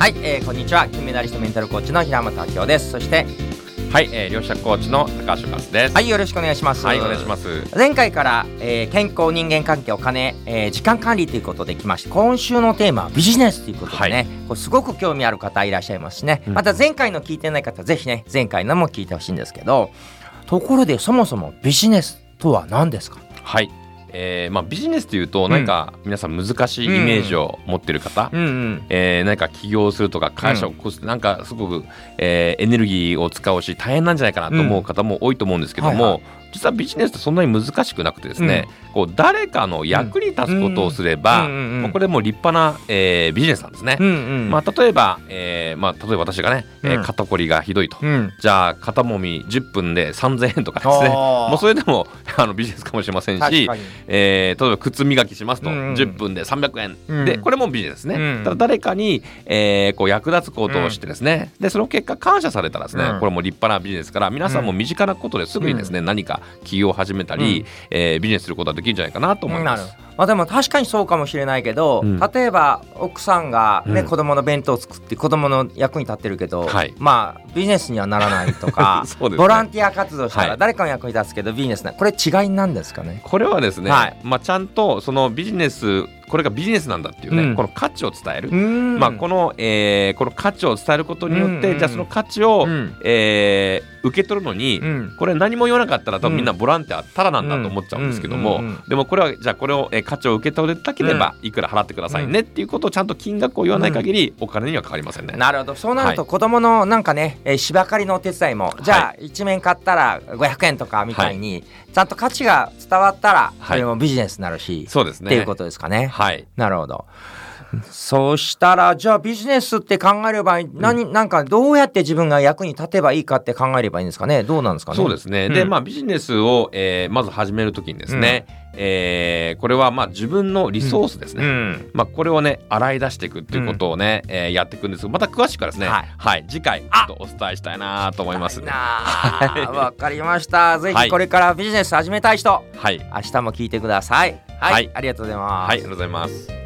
はい、こんにちは。金メダリストメンタルコーチの平本明夫です。そしてはい、両者コーチの高橋和です。 はい、よろしくお願いします。 はい、お願いします。 前回から、健康、人間関係、お金、時間管理ということできまして、今週のテーマはビジネスということでね、これすごく興味ある方いらっしゃいますね、また前回の聞いてない方ぜひね前回のも聞いてほしいんですけど、ところでそもそもビジネスとは何ですか？ はい、ビジネスというと何か皆さん難しいイメージを持っている方、何か起業するとか会社を起こす、なんかすごく、エネルギーを使うし大変なんじゃないかなと思う方も多いと思うんですけども、実はビジネスってそんなに難しくなくてですね、こう誰かの役に立つことをすれば、これもう立派な、ビジネスなんですね。例えば、私がね、肩こりがひどいと、じゃあ肩もみ10分で3000円とかですね、もうそれでもビジネスかもしれませんし、例えば靴磨きしますと、10分で300円、でこれもビジネスですね。ただ誰かに、こう役立つことをしてですね、でその結果感謝されたらですね、これも立派なビジネスから皆さんも身近なことですぐにですね、何か起業を始めたり、ビジネスすることができるんじゃないかなと思います。 でも確かにそうかもしれないけど、例えば奥さんが、子供の弁当を作って子供の役に立ってるけど、ビジネスにはならないとかボランティア活動したら誰かの役に立つけどビジネスな、これ違いなんですかね？ これはですね、ちゃんとそのビジネス、これがビジネスなんだっていうね、この価値を伝える、この価値を伝えることによって、じゃあその価値を、受け取るのに、これ何も言わなかったら多分みんなボランティアただなんだと思っちゃうんですけども、でもこれはじゃあこれを、価値を受け取れたければいくら払ってくださいねっていうことをちゃんと金額を言わない限りお金にはかかりませんね。 なるほど。そうなると子供のなんかね、芝刈りのお手伝いも、じゃあ1面買ったら500円とかみたいに、ちゃんと価値が伝わったらそれもビジネスになるし、 そうですねっていうことですかね。なるほど。そうしたらじゃあビジネスって考えればなんかどうやって自分が役に立てばいいかって考えればいいんですかね？どうなんですかね？ そうですね。でビジネスを、まず始めるときにですね、これは自分のリソースですね、これをね洗い出していくっていうことをね、やっていくんですが、また詳しくはですね、次回ちょっとお伝えしたいなと思います。 わかりました。ぜひこれからビジネス始めたい人、明日も聞いてください。ありがとうございます。 ありがとうございます。